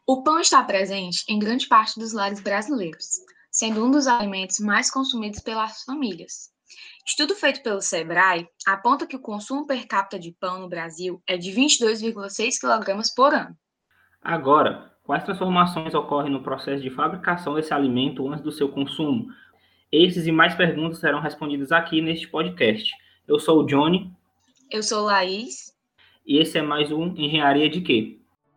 O pão está presente em grande parte dos lares brasileiros, sendo um dos alimentos mais consumidos pelas famílias. Estudo feito pelo Sebrae aponta que o consumo per capita de pão no Brasil é de 22,6 kg por ano. Agora, quais transformações ocorrem no processo de fabricação desse alimento antes do seu consumo? Esses e mais perguntas serão respondidas aqui neste podcast. Eu sou o Johnny. Eu sou Laís. E esse é mais um Engenharia de Quê?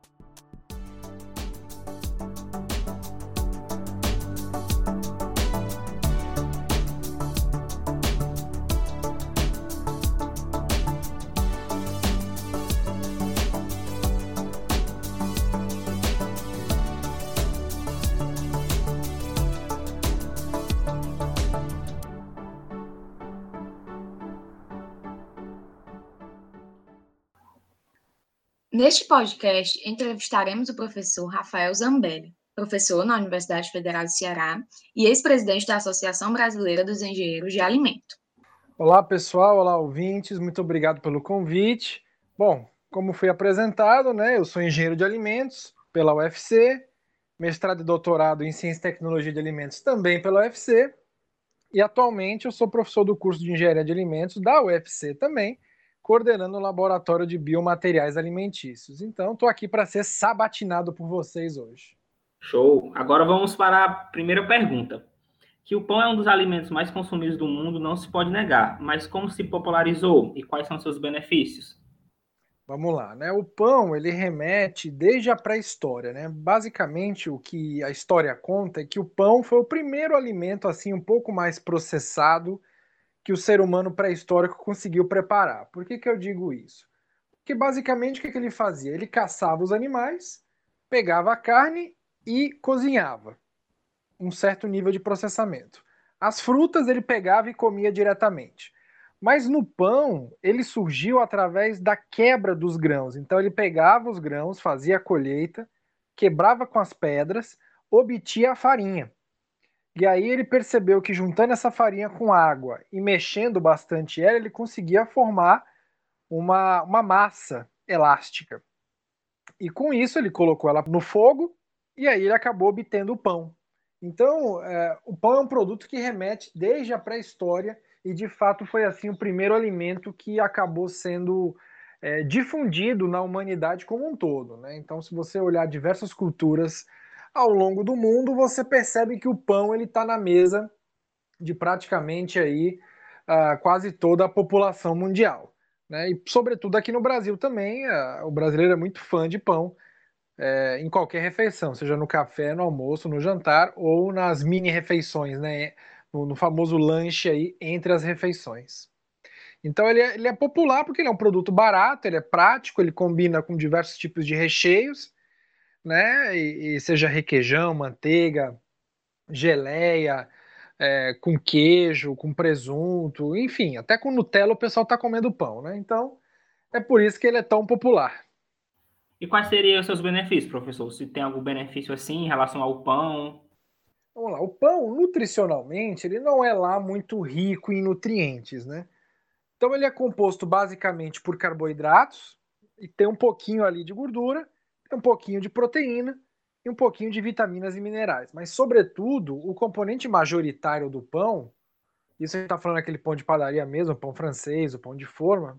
Neste podcast, entrevistaremos o professor Rafael Zambelli, professor na Universidade Federal do Ceará e ex-presidente da Associação Brasileira dos Engenheiros de Alimento. Olá, pessoal. Olá, ouvintes. Muito obrigado pelo convite. Bom, como fui apresentado, eu sou engenheiro de alimentos pela UFC, mestrado e doutorado em Ciência e Tecnologia de Alimentos também pela UFC, e atualmente eu sou professor do curso de Engenharia de Alimentos da UFC também, coordenando o Laboratório de Biomateriais Alimentícios. Então, estou aqui para ser sabatinado por vocês hoje. Show! Agora vamos para a primeira pergunta. Que o pão é um dos alimentos mais consumidos do mundo não se pode negar, mas como se popularizou e quais são seus benefícios? Vamos lá, O pão, ele remete desde a pré-história, Basicamente, o que a história conta é que o pão foi o primeiro alimento, assim, um pouco mais processado que o ser humano pré-histórico conseguiu preparar. Por que eu digo isso? Porque, basicamente, o que ele fazia? Ele caçava os animais, pegava a carne e cozinhava. Um certo nível de processamento. As frutas ele pegava e comia diretamente. Mas no pão, ele surgiu através da quebra dos grãos. Então ele pegava os grãos, fazia a colheita, quebrava com as pedras, obtia a farinha. E aí ele percebeu que juntando essa farinha com água e mexendo bastante ela, ele conseguia formar uma massa elástica. E com isso ele colocou ela no fogo e aí ele acabou obtendo o pão. Então, o pão é um produto que remete desde a pré-história e, de fato, foi assim o primeiro alimento que acabou sendo difundido na humanidade como um todo. Então, se você olhar diversas culturas ao longo do mundo, você percebe que o pão ele está na mesa de praticamente aí quase toda a população mundial. E, sobretudo, aqui no Brasil também, o brasileiro é muito fã de pão. Em qualquer refeição, seja no café, no almoço, no jantar ou nas mini refeições, no famoso lanche aí entre as refeições. Então ele é popular porque ele é um produto barato, ele é prático, ele combina com diversos tipos de recheios, e seja requeijão, manteiga, geleia, com queijo, com presunto, enfim, até com Nutella o pessoal está comendo pão, Então é por isso que ele é tão popular. E quais seriam os seus benefícios, professor? Se tem algum benefício assim em relação ao pão? Vamos lá, o pão, nutricionalmente, ele não é lá muito rico em nutrientes, Então ele é composto basicamente por carboidratos e tem um pouquinho ali de gordura, tem um pouquinho de proteína e um pouquinho de vitaminas e minerais. Mas, sobretudo, o componente majoritário do pão, isso a gente está falando aquele pão de padaria mesmo, o pão francês, o pão de forma,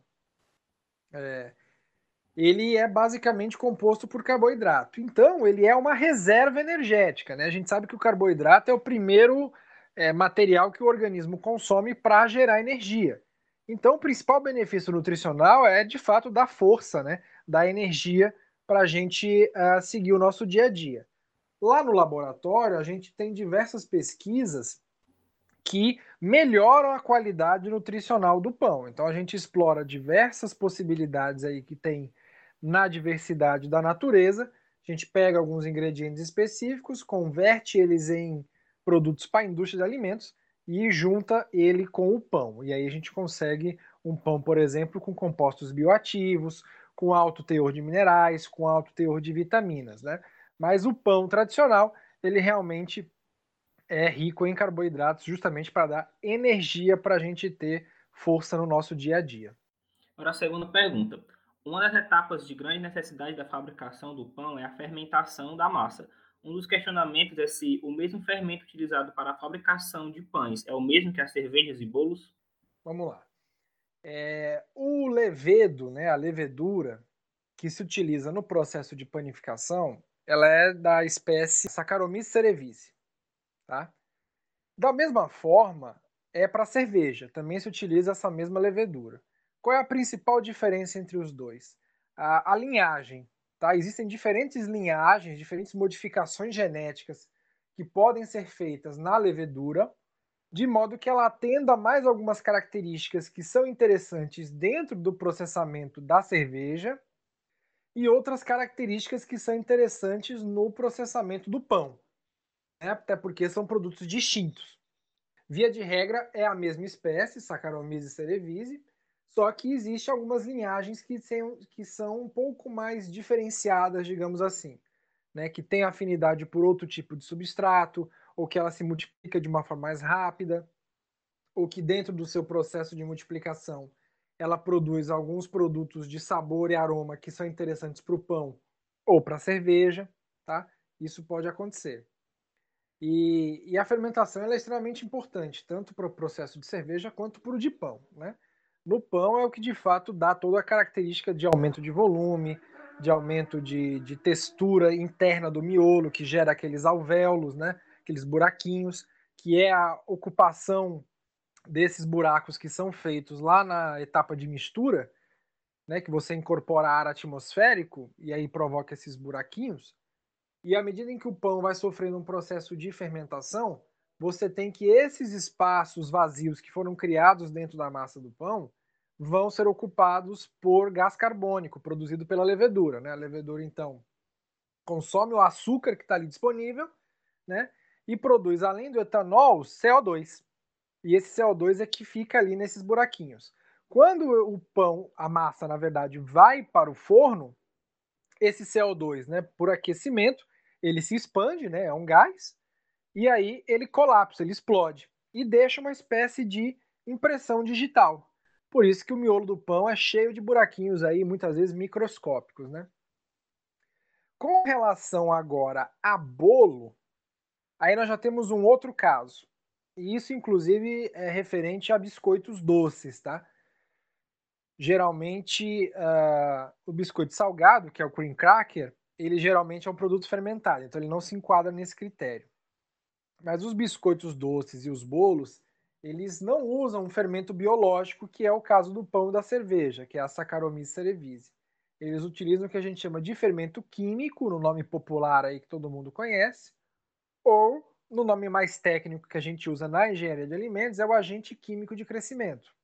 ele é basicamente composto por carboidrato. Então, ele é uma reserva energética. A gente sabe que o carboidrato é o primeiro material que o organismo consome para gerar energia. Então, o principal benefício nutricional é, de fato, dar força, dar energia para a gente seguir o nosso dia a dia. Lá no laboratório, a gente tem diversas pesquisas que melhoram a qualidade nutricional do pão. Então, a gente explora diversas possibilidades aí que tem na diversidade da natureza. A gente pega alguns ingredientes específicos, converte eles em produtos para a indústria de alimentos e junta ele com o pão. E aí a gente consegue um pão, por exemplo, com compostos bioativos, com alto teor de minerais, com alto teor de vitaminas, Mas o pão tradicional, ele realmente é rico em carboidratos justamente para dar energia para a gente ter força no nosso dia a dia. Agora a segunda pergunta. Uma das etapas de grande necessidade da fabricação do pão é a fermentação da massa. Um dos questionamentos é se o mesmo fermento utilizado para a fabricação de pães é o mesmo que as cervejas e bolos. Vamos lá. O levedo, né, a levedura que se utiliza no processo de panificação, ela é da espécie Saccharomyces cerevisiae, tá? Da mesma forma, é para cerveja, também se utiliza essa mesma levedura. Qual é a principal diferença entre os dois? A linhagem, tá? Existem diferentes linhagens, diferentes modificações genéticas que podem ser feitas na levedura, de modo que ela atenda mais algumas características que são interessantes dentro do processamento da cerveja e outras características que são interessantes no processamento do pão, né? Até porque são produtos distintos. Via de regra, é a mesma espécie, Saccharomyces cerevisiae, só que existe algumas linhagens que são um pouco mais diferenciadas, digamos assim, né? Que tem afinidade por outro tipo de substrato, ou que ela se multiplica de uma forma mais rápida, ou que dentro do seu processo de multiplicação ela produz alguns produtos de sabor e aroma que são interessantes para o pão ou para a cerveja, tá? Isso pode acontecer. E a fermentação é extremamente importante, tanto para o processo de cerveja quanto para o de pão, né? No pão é o que de fato dá toda a característica de aumento de volume, de aumento de textura interna do miolo, que gera aqueles alvéolos, né? Aqueles buraquinhos, que é a ocupação desses buracos que são feitos lá na etapa de mistura, né? Que você incorpora ar atmosférico e aí provoca esses buraquinhos. E à medida em que o pão vai sofrendo um processo de fermentação, você tem que esses espaços vazios que foram criados dentro da massa do pão vão ser ocupados por gás carbônico produzido pela levedura, né? A levedura então consome o açúcar que está ali disponível, né? E produz além do etanol CO2. E esse CO2 é que fica ali nesses buraquinhos. Quando o pão, a massa, na verdade, vai para o forno, esse CO2, né, por aquecimento, ele se expande, né, é um gás, e aí ele colapsa, ele explode e deixa uma espécie de impressão digital. Por isso que o miolo do pão é cheio de buraquinhos aí, muitas vezes microscópicos, né? Com relação agora a bolo, aí nós já temos um outro caso. E isso, inclusive, é referente a biscoitos doces, tá? Geralmente, o biscoito salgado, que é o cream cracker, ele geralmente é um produto fermentado, então ele não se enquadra nesse critério. Mas os biscoitos doces e os bolos, eles não usam um fermento biológico, que é o caso do pão e da cerveja, que é a Saccharomyces cerevisiae. Eles utilizam o que a gente chama de fermento químico, no nome popular aí que todo mundo conhece, ou no nome mais técnico que a gente usa na engenharia de alimentos, é o agente químico de crescimento.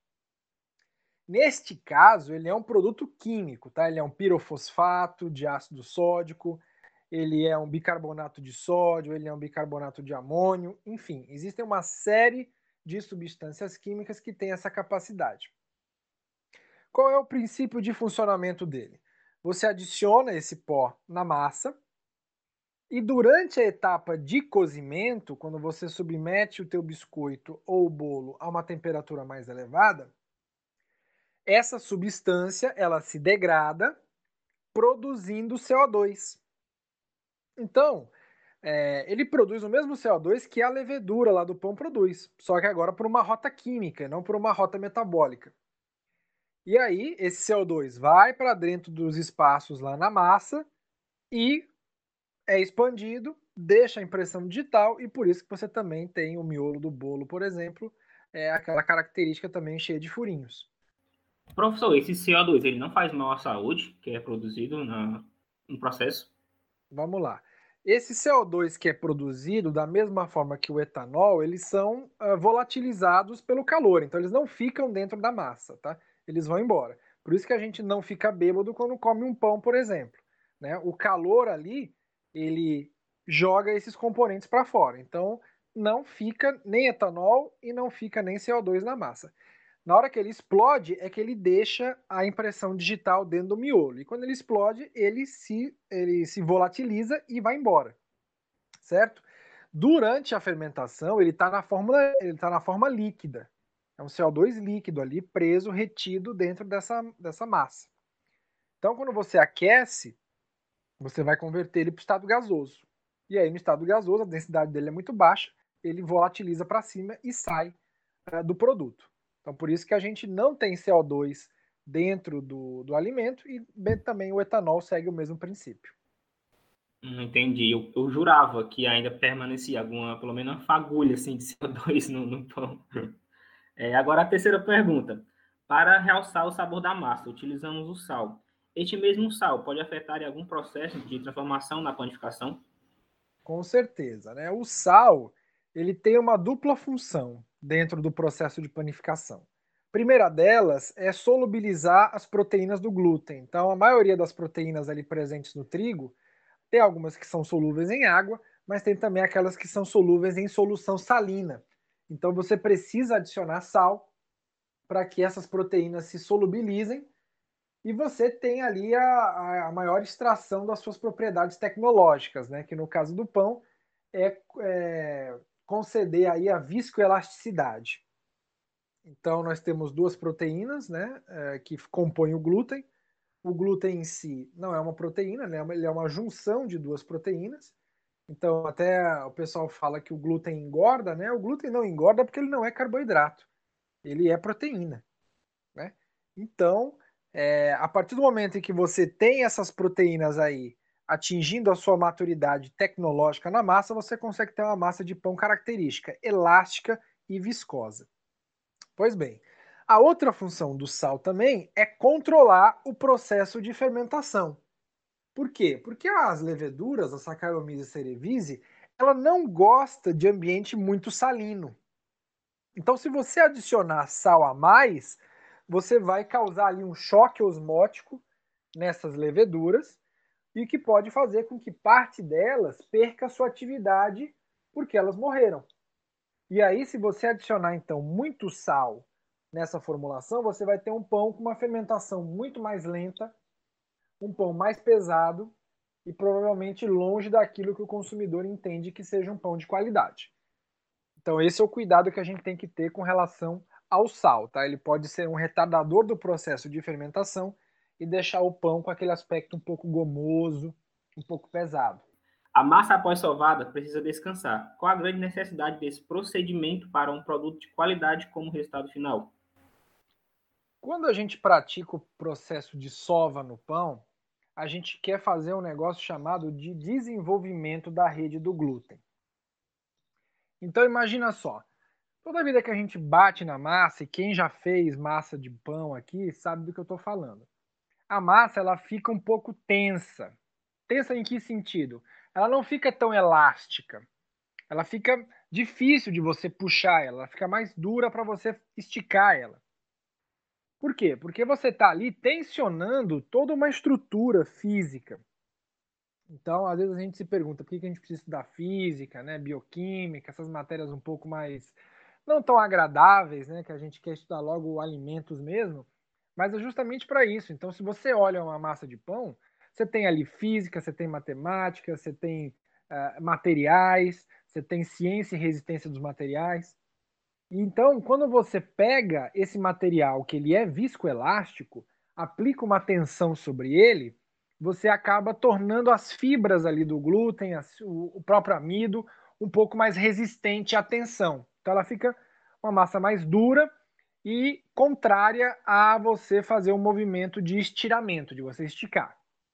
Neste caso, ele é um produto químico, tá? Ele é um pirofosfato de ácido sódico, ele é um bicarbonato de sódio, ele é um bicarbonato de amônio, enfim, existem uma série de substâncias químicas que têm essa capacidade. Qual é o princípio de funcionamento dele? Você adiciona esse pó na massa e durante a etapa de cozimento, quando você submete o teu biscoito ou o bolo a uma temperatura mais elevada, essa substância ela se degrada produzindo CO2. Então, ele produz o mesmo CO2 que a levedura lá do pão produz, só que agora por uma rota química, não por uma rota metabólica. E aí, esse CO2 vai para dentro dos espaços lá na massa e é expandido, deixa a impressão digital, e por isso que você também tem o miolo do bolo, por exemplo, é aquela característica também cheia de furinhos. Professor, esse CO2 ele não faz mal à saúde, que é produzido no processo? Vamos lá. Esse CO2 que é produzido, da mesma forma que o etanol, eles são volatilizados pelo calor, então eles não ficam dentro da massa, tá? Eles vão embora. Por isso que a gente não fica bêbado quando come um pão, por exemplo, né? O calor ali, ele joga esses componentes para fora. Então, não fica nem etanol e não fica nem CO2 na massa. Na hora que ele explode, é que ele deixa a impressão digital dentro do miolo. E quando ele explode, ele se volatiliza e vai embora, certo? Durante a fermentação, ele tá na forma líquida. É um CO2 líquido ali, preso, retido dentro dessa massa. Então, quando você aquece, você vai converter ele para o estado gasoso. E aí, no estado gasoso, a densidade dele é muito baixa, ele volatiliza para cima e sai do produto. Então, por isso que a gente não tem CO2 dentro do alimento e também o etanol segue o mesmo princípio. Entendi. Eu jurava que ainda permanecia alguma, pelo menos uma fagulha assim, de CO2 no pão. Agora a terceira pergunta. Para realçar o sabor da massa, utilizamos o sal. Este mesmo sal pode afetar em algum processo de transformação na panificação? Com certeza, né? O sal, ele tem uma dupla função dentro do processo de panificação. A primeira delas é solubilizar as proteínas do glúten. Então, a maioria das proteínas ali presentes no trigo, tem algumas que são solúveis em água, mas tem também aquelas que são solúveis em solução salina. Então, você precisa adicionar sal para que essas proteínas se solubilizem e você tem ali a maior extração das suas propriedades tecnológicas, né? Que no caso do pão é conceder aí a viscoelasticidade. Então nós temos duas proteínas, né? Que compõem o glúten. O glúten em si não é uma proteína, né? Ele é uma junção de duas proteínas. Então até o pessoal fala que o glúten engorda, né? O glúten não engorda porque ele não é carboidrato, ele é proteína, né? Então, a partir do momento em que você tem essas proteínas aí atingindo a sua maturidade tecnológica na massa, você consegue ter uma massa de pão característica, elástica e viscosa. Pois bem, a outra função do sal também é controlar o processo de fermentação. Por quê? Porque as leveduras, a Saccharomyces cerevisiae, ela não gosta de ambiente muito salino. Então, se você adicionar sal a mais, você vai causar ali um choque osmótico nessas leveduras e que pode fazer com que parte delas perca sua atividade porque elas morreram. E aí, se você adicionar então muito sal nessa formulação, você vai ter um pão com uma fermentação muito mais lenta, um pão mais pesado e provavelmente longe daquilo que o consumidor entende que seja um pão de qualidade. Então, esse é o cuidado que a gente tem que ter com relação ao sal, tá? Ele pode ser um retardador do processo de fermentação e deixar o pão com aquele aspecto um pouco gomoso, um pouco pesado. A massa após sovada precisa descansar. Qual a grande necessidade desse procedimento para um produto de qualidade como resultado final? Quando a gente pratica o processo de sova no pão, a gente quer fazer um negócio chamado de desenvolvimento da rede do glúten. Então imagina só, toda vida que a gente bate na massa, e quem já fez massa de pão aqui sabe do que eu estou falando. A massa ela fica um pouco tensa. Tensa em que sentido? Ela não fica tão elástica. Ela fica difícil de você puxar ela, fica mais dura para você esticar ela. Por quê? Porque você está ali tensionando toda uma estrutura física. Então, às vezes a gente se pergunta por que a gente precisa estudar física, né, bioquímica, essas matérias um pouco mais não tão agradáveis, né, que a gente quer estudar logo alimentos mesmo, mas é justamente para isso. Então, se você olha uma massa de pão, você tem ali física, você tem matemática, você tem materiais, você tem ciência e resistência dos materiais. Então, quando você pega esse material que ele é viscoelástico, aplica uma tensão sobre ele, você acaba tornando as fibras ali do glúten, o próprio amido, um pouco mais resistente à tensão. Então ela fica uma massa mais dura e contrária a você fazer um movimento de estiramento, de você esticar.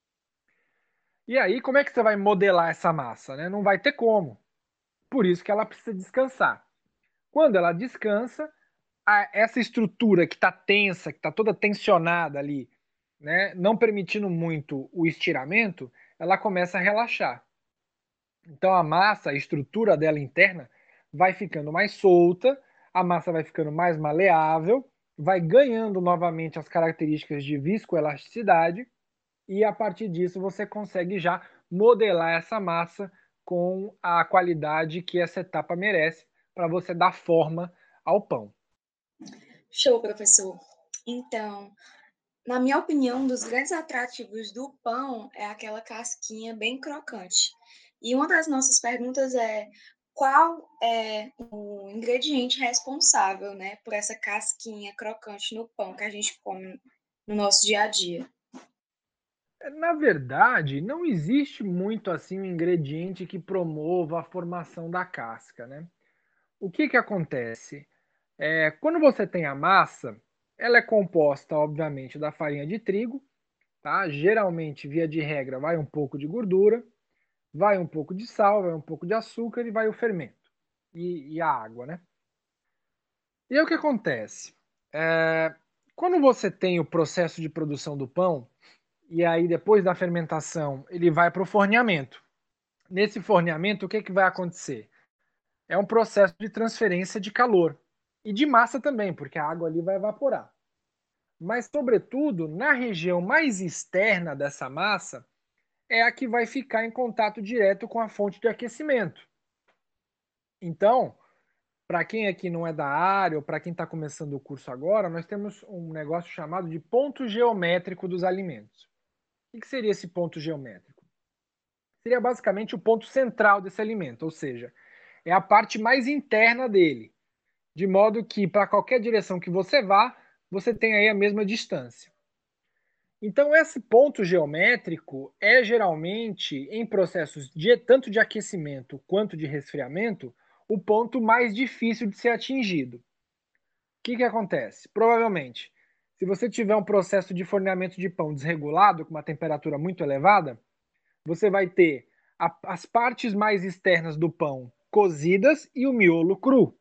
E aí, como é que você vai modelar essa massa, né? Não vai ter como. Por isso que ela precisa descansar. Quando ela descansa, essa estrutura que está tensa, que está toda tensionada ali, né, não permitindo muito o estiramento, ela começa a relaxar. Então a massa, a estrutura dela interna, vai ficando mais solta, a massa vai ficando mais maleável, vai ganhando novamente as características de viscoelasticidade, e a partir disso você consegue já modelar essa massa com a qualidade que essa etapa merece para você dar forma ao pão. Show, professor. Então, na minha opinião, um dos grandes atrativos do pão é aquela casquinha bem crocante. E uma das nossas perguntas é qual é o ingrediente responsável, né, por essa casquinha crocante no pão que a gente come no nosso dia a dia? Na verdade, não existe muito assim um ingrediente que promova a formação da casca, né? O que que acontece? Quando você tem a massa, ela é composta, obviamente, da farinha de trigo, tá? Geralmente, via de regra, vai um pouco de gordura, vai um pouco de sal, vai um pouco de açúcar e vai o fermento e a água, né? E aí o que acontece? É, Quando você tem o processo de produção do pão, e aí depois da fermentação ele vai para o forneamento. Nesse forneamento, o que, que vai acontecer? É um processo de transferência de calor e de massa também, porque a água ali vai evaporar. Mas, sobretudo, na região mais externa dessa massa, é a que vai ficar em contato direto com a fonte de aquecimento. Então, para quem aqui não é da área ou para quem está começando o curso agora, nós temos um negócio chamado de ponto geométrico dos alimentos. O que seria esse ponto geométrico? Seria basicamente o ponto central desse alimento, ou seja, é a parte mais interna dele, de modo que para qualquer direção que você vá, você tem aí a mesma distância. Então, esse ponto geométrico é geralmente, em processos tanto de aquecimento quanto de resfriamento, o ponto mais difícil de ser atingido. O que acontece? Provavelmente, se você tiver um processo de forneamento de pão desregulado, com uma temperatura muito elevada, você vai ter as partes mais externas do pão cozidas e o miolo cru.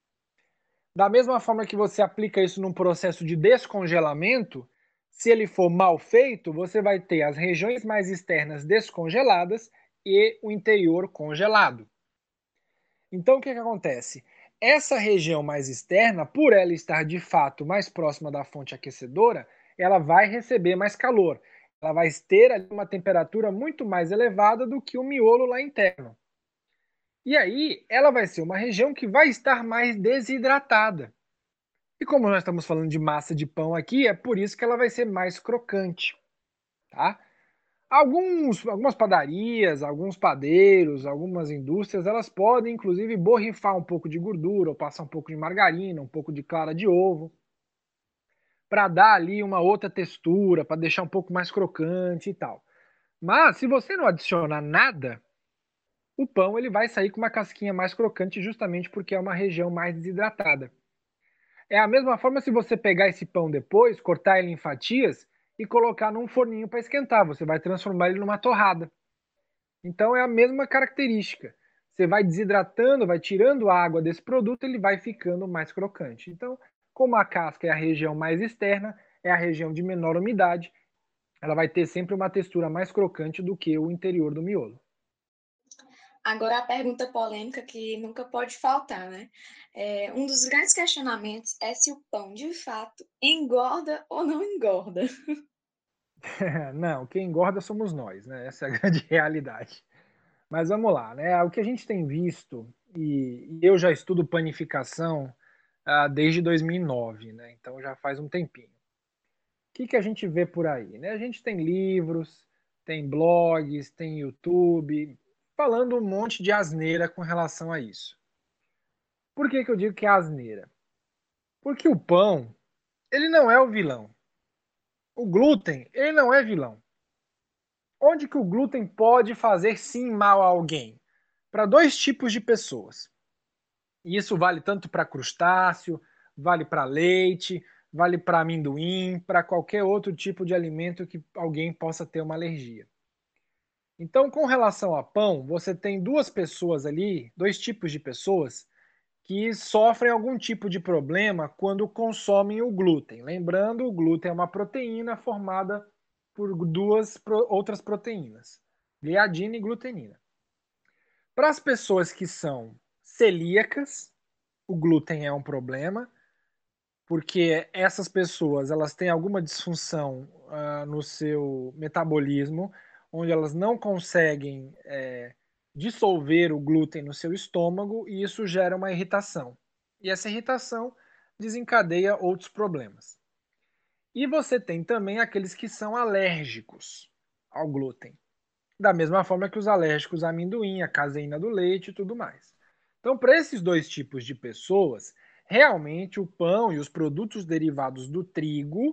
Da mesma forma que você aplica isso num processo de descongelamento, se ele for mal feito, você vai ter as regiões mais externas descongeladas e o interior congelado. Então, o que acontece? Essa região mais externa, por ela estar de fato mais próxima da fonte aquecedora, ela vai receber mais calor. Ela vai ter ali uma temperatura muito mais elevada do que o miolo lá interno. E aí, ela vai ser uma região que vai estar mais desidratada. E como nós estamos falando de massa de pão aqui, é por isso que ela vai ser mais crocante, tá? Algumas padarias, alguns padeiros, algumas indústrias, elas podem inclusive borrifar um pouco de gordura, ou passar um pouco de margarina, um pouco de clara de ovo, para dar ali uma outra textura, para deixar um pouco mais crocante e tal. Mas se você não adicionar nada, o pão ele vai sair com uma casquinha mais crocante justamente porque é uma região mais desidratada. É a mesma forma se você pegar esse pão depois, cortar ele em fatias e colocar num forninho para esquentar, você vai transformar ele numa torrada. Então é a mesma característica. Você vai desidratando, vai tirando a água desse produto, ele vai ficando mais crocante. Então, como a casca é a região mais externa, é a região de menor umidade, ela vai ter sempre uma textura mais crocante do que o interior do miolo. Agora a pergunta polêmica que nunca pode faltar, né? Um dos grandes questionamentos é se o pão de fato engorda ou não engorda. Não, quem engorda somos nós, né? Essa é a grande realidade. Mas vamos lá, né? O que a gente tem visto, e eu já estudo panificação desde 2009, né? Então já faz um tempinho. O que a gente vê por aí, né? A gente tem livros, tem blogs, tem YouTube, falando um monte de asneira com relação a isso. Por que eu digo que é asneira? Porque o pão, ele não é o vilão. O glúten, ele não é vilão. Onde que o glúten pode fazer sim mal a alguém? Para dois tipos de pessoas. E isso vale tanto para crustáceo, vale para leite, vale para amendoim, para qualquer outro tipo de alimento que alguém possa ter uma alergia. Então, com relação a pão, você tem duas pessoas ali, dois tipos de pessoas que sofrem algum tipo de problema quando consomem o glúten. Lembrando, o glúten é uma proteína formada por duas outras proteínas, gliadina e glutenina. Para as pessoas que são celíacas, o glúten é um problema, porque essas pessoas elas têm alguma disfunção no seu metabolismo, onde elas não conseguem dissolver o glúten no seu estômago e isso gera uma irritação. E essa irritação desencadeia outros problemas. E você tem também aqueles que são alérgicos ao glúten. Da mesma forma que os alérgicos a amendoim, a caseína do leite e tudo mais. Então, para esses dois tipos de pessoas, realmente o pão e os produtos derivados do trigo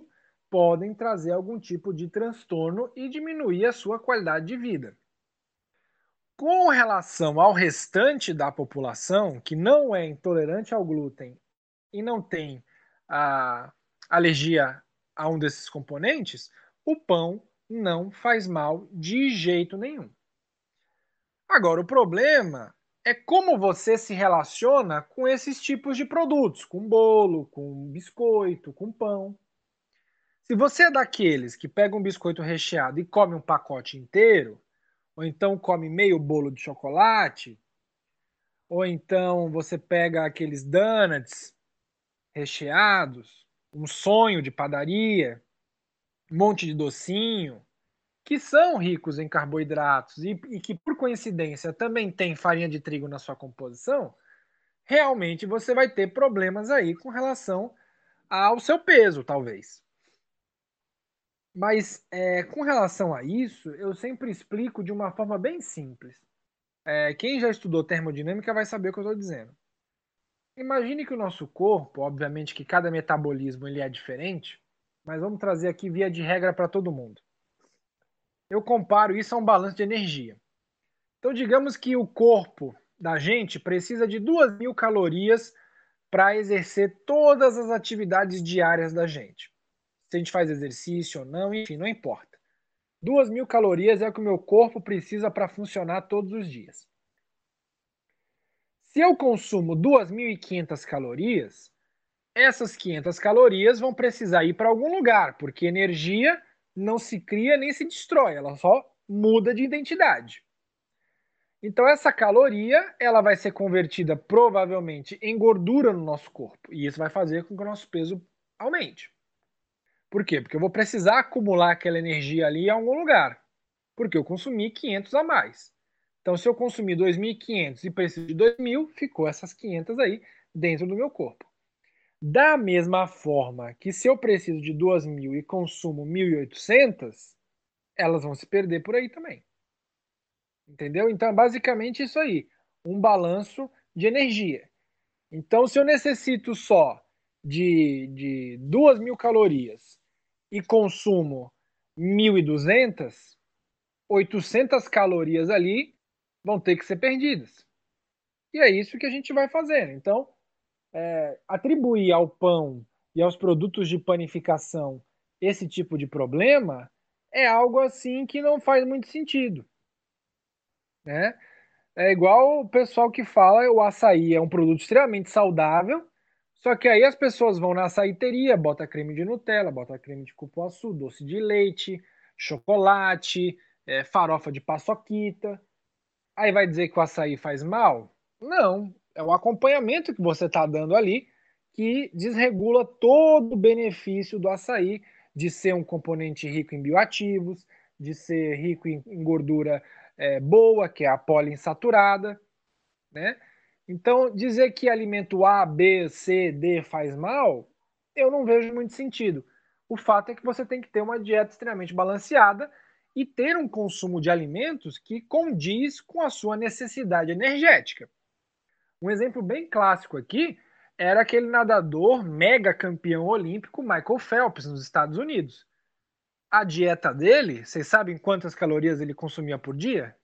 podem trazer algum tipo de transtorno e diminuir a sua qualidade de vida. Com relação ao restante da população, que não é intolerante ao glúten e não tem a alergia a um desses componentes, o pão não faz mal de jeito nenhum. Agora, o problema é como você se relaciona com esses tipos de produtos, com bolo, com biscoito, com pão. Se você é daqueles que pega um biscoito recheado e come um pacote inteiro, ou então come meio bolo de chocolate, ou então você pega aqueles donuts recheados, um sonho de padaria, um monte de docinho, que são ricos em carboidratos e que, por coincidência, também tem farinha de trigo na sua composição, realmente você vai ter problemas aí com relação ao seu peso, talvez. Mas com relação a isso, eu sempre explico de uma forma bem simples. Quem já estudou termodinâmica vai saber o que eu estou dizendo. Imagine que o nosso corpo, obviamente que cada metabolismo ele é diferente, mas vamos trazer aqui via de regra para todo mundo. Eu comparo isso a um balanço de energia. Então, digamos que o corpo da gente precisa de 2.000 calorias para exercer todas as atividades diárias da gente. Se a gente faz exercício ou não, enfim, não importa. 2.000 calorias é o que o meu corpo precisa para funcionar todos os dias. Se eu consumo 2.500 calorias, essas 500 calorias vão precisar ir para algum lugar, porque energia não se cria nem se destrói, ela só muda de identidade. Então essa caloria, ela vai ser convertida provavelmente em gordura no nosso corpo, e isso vai fazer com que o nosso peso aumente. Por quê? Porque eu vou precisar acumular aquela energia ali em algum lugar, porque eu consumi 500 a mais. Então se eu consumir 2.500 e preciso de 2.000, ficou essas 500 aí dentro do meu corpo. Da mesma forma que se eu preciso de 2.000 e consumo 1.800, elas vão se perder por aí também. Entendeu? Então é basicamente isso aí, um balanço de energia. Então se eu necessito só de 2.000 calorias e consumo 1.200, 800 calorias ali vão ter que ser perdidas. E é isso que a gente vai fazendo. Então, atribuir ao pão e aos produtos de panificação esse tipo de problema é algo assim que não faz muito sentido, né? É igual o pessoal que fala o açaí é um produto extremamente saudável, só que aí as pessoas vão na açaiteria, bota creme de Nutella, bota creme de cupuaçu, doce de leite, chocolate, farofa de paçoquita. Aí vai dizer que o açaí faz mal? Não, é o acompanhamento que você está dando ali que desregula todo o benefício do açaí de ser um componente rico em bioativos, de ser rico em gordura boa, que é a poliinsaturada, né? Então, dizer que alimento A, B, C, D faz mal, eu não vejo muito sentido. O fato é que você tem que ter uma dieta extremamente balanceada e ter um consumo de alimentos que condiz com a sua necessidade energética. Um exemplo bem clássico aqui era aquele nadador mega campeão olímpico Michael Phelps, nos Estados Unidos. A dieta dele, vocês sabem quantas calorias ele consumia por dia?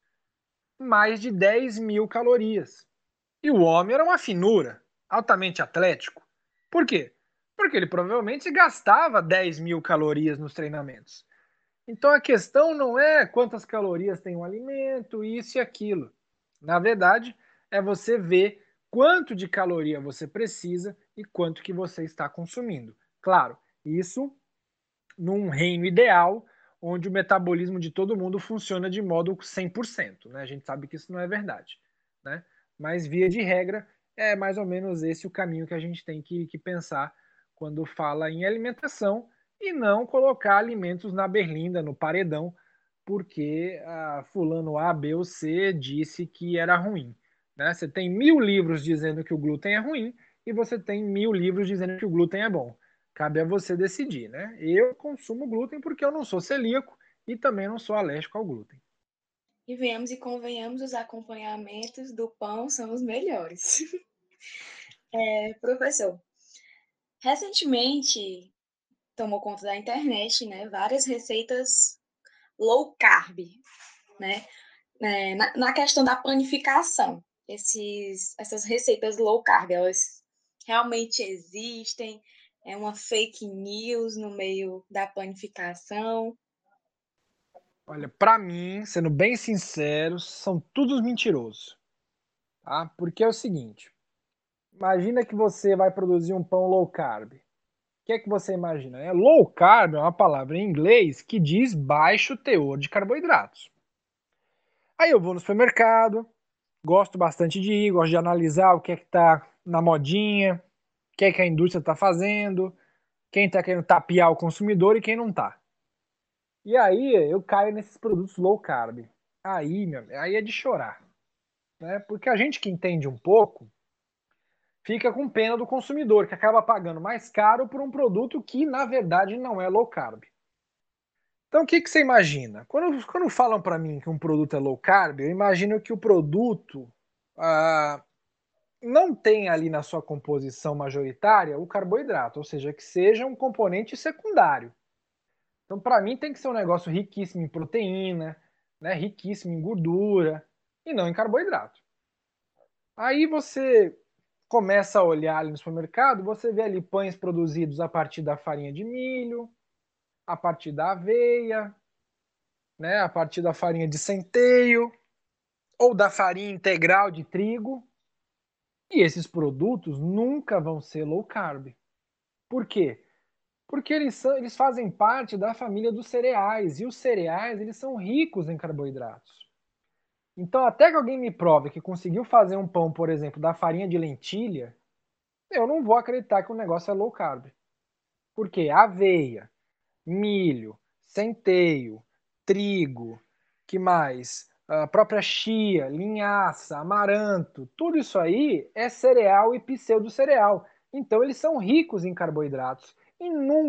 Mais de 10.000 calorias. E o homem era uma finura, altamente atlético. Por quê? Porque ele provavelmente gastava 10.000 calorias nos treinamentos. Então a questão não é quantas calorias tem um alimento, isso e aquilo. Na verdade, é você ver quanto de caloria você precisa e quanto que você está consumindo. Claro, isso num reino ideal, onde o metabolismo de todo mundo funciona de modo 100%. Né? A gente sabe que isso não é verdade. Né? Mas, via de regra, é mais ou menos esse o caminho que a gente tem que pensar quando fala em alimentação e não colocar alimentos na berlinda, no paredão, porque fulano A, B ou C disse que era ruim. Né? Você tem 1.000 livros dizendo que o glúten é ruim e você tem 1.000 livros dizendo que o glúten é bom. Cabe a você decidir, né? Eu consumo glúten porque eu não sou celíaco e também não sou alérgico ao glúten. E venhamos e convenhamos, os acompanhamentos do pão são os melhores. Professor, recentemente tomou conta da internet, né? Várias receitas low carb, né? Na questão da panificação, essas receitas low carb, elas realmente existem? É uma fake news no meio da panificação? Olha, para mim, sendo bem sincero, são todos mentirosos, tá? Porque é o seguinte, imagina que você vai produzir um pão low carb. O que é que você imagina? Low carb é uma palavra em inglês que diz baixo teor de carboidratos. Aí eu vou no supermercado, gosto bastante de ir, gosto de analisar o que é que está na modinha, o que é que a indústria está fazendo, quem está querendo tapear o consumidor e quem não está. E aí eu caio nesses produtos low carb. Aí é de chorar, né? Porque a gente que entende um pouco fica com pena do consumidor, que acaba pagando mais caro por um produto que, na verdade, não é low carb. Então, o que você imagina? Quando falam para mim que um produto é low carb, eu imagino que o produto não tem ali na sua composição majoritária o carboidrato, ou seja, que seja um componente secundário. Então, para mim, tem que ser um negócio riquíssimo em proteína, né, riquíssimo em gordura e não em carboidrato. Aí você começa a olhar ali no supermercado, você vê ali pães produzidos a partir da farinha de milho, a partir da aveia, né, a partir da farinha de centeio ou da farinha integral de trigo. E esses produtos nunca vão ser low carb. Por quê? Porque eles fazem parte da família dos cereais, e os cereais eles são ricos em carboidratos. Então, até que alguém me prove que conseguiu fazer um pão, por exemplo, da farinha de lentilha, eu não vou acreditar que o negócio é low carb. Porque aveia, milho, centeio, trigo, que mais? A própria chia, linhaça, amaranto, tudo isso aí é cereal e pseudo-cereal. Então eles são ricos em carboidratos e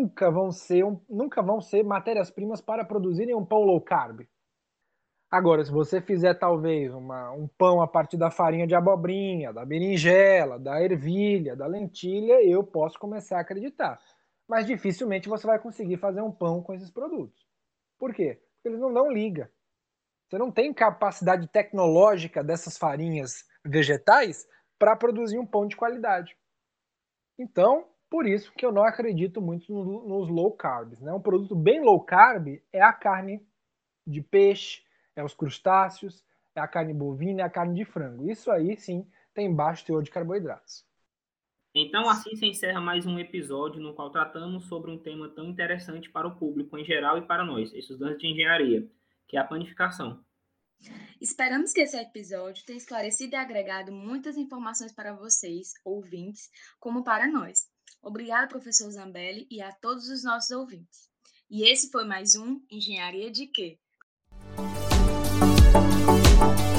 nunca vão ser matérias-primas para produzirem um pão low carb. Agora, se você fizer talvez um pão a partir da farinha de abobrinha, da berinjela, da ervilha, da lentilha, eu posso começar a acreditar. Mas dificilmente você vai conseguir fazer um pão com esses produtos. Por quê? Porque eles não dão liga. Você não tem capacidade tecnológica dessas farinhas vegetais para produzir um pão de qualidade. Então, por isso que eu não acredito muito nos low carbs, né? Um produto bem low carb é a carne de peixe, é os crustáceos, é a carne bovina, é a carne de frango. Isso aí sim tem baixo teor de carboidratos. Então, assim se encerra mais um episódio no qual tratamos sobre um tema tão interessante para o público em geral e para nós, estudantes de engenharia, que é a panificação. Esperamos que esse episódio tenha esclarecido e agregado muitas informações para vocês, ouvintes, como para nós. Obrigada, professor Zambelli, e a todos os nossos ouvintes. E esse foi mais um Engenharia de Quê?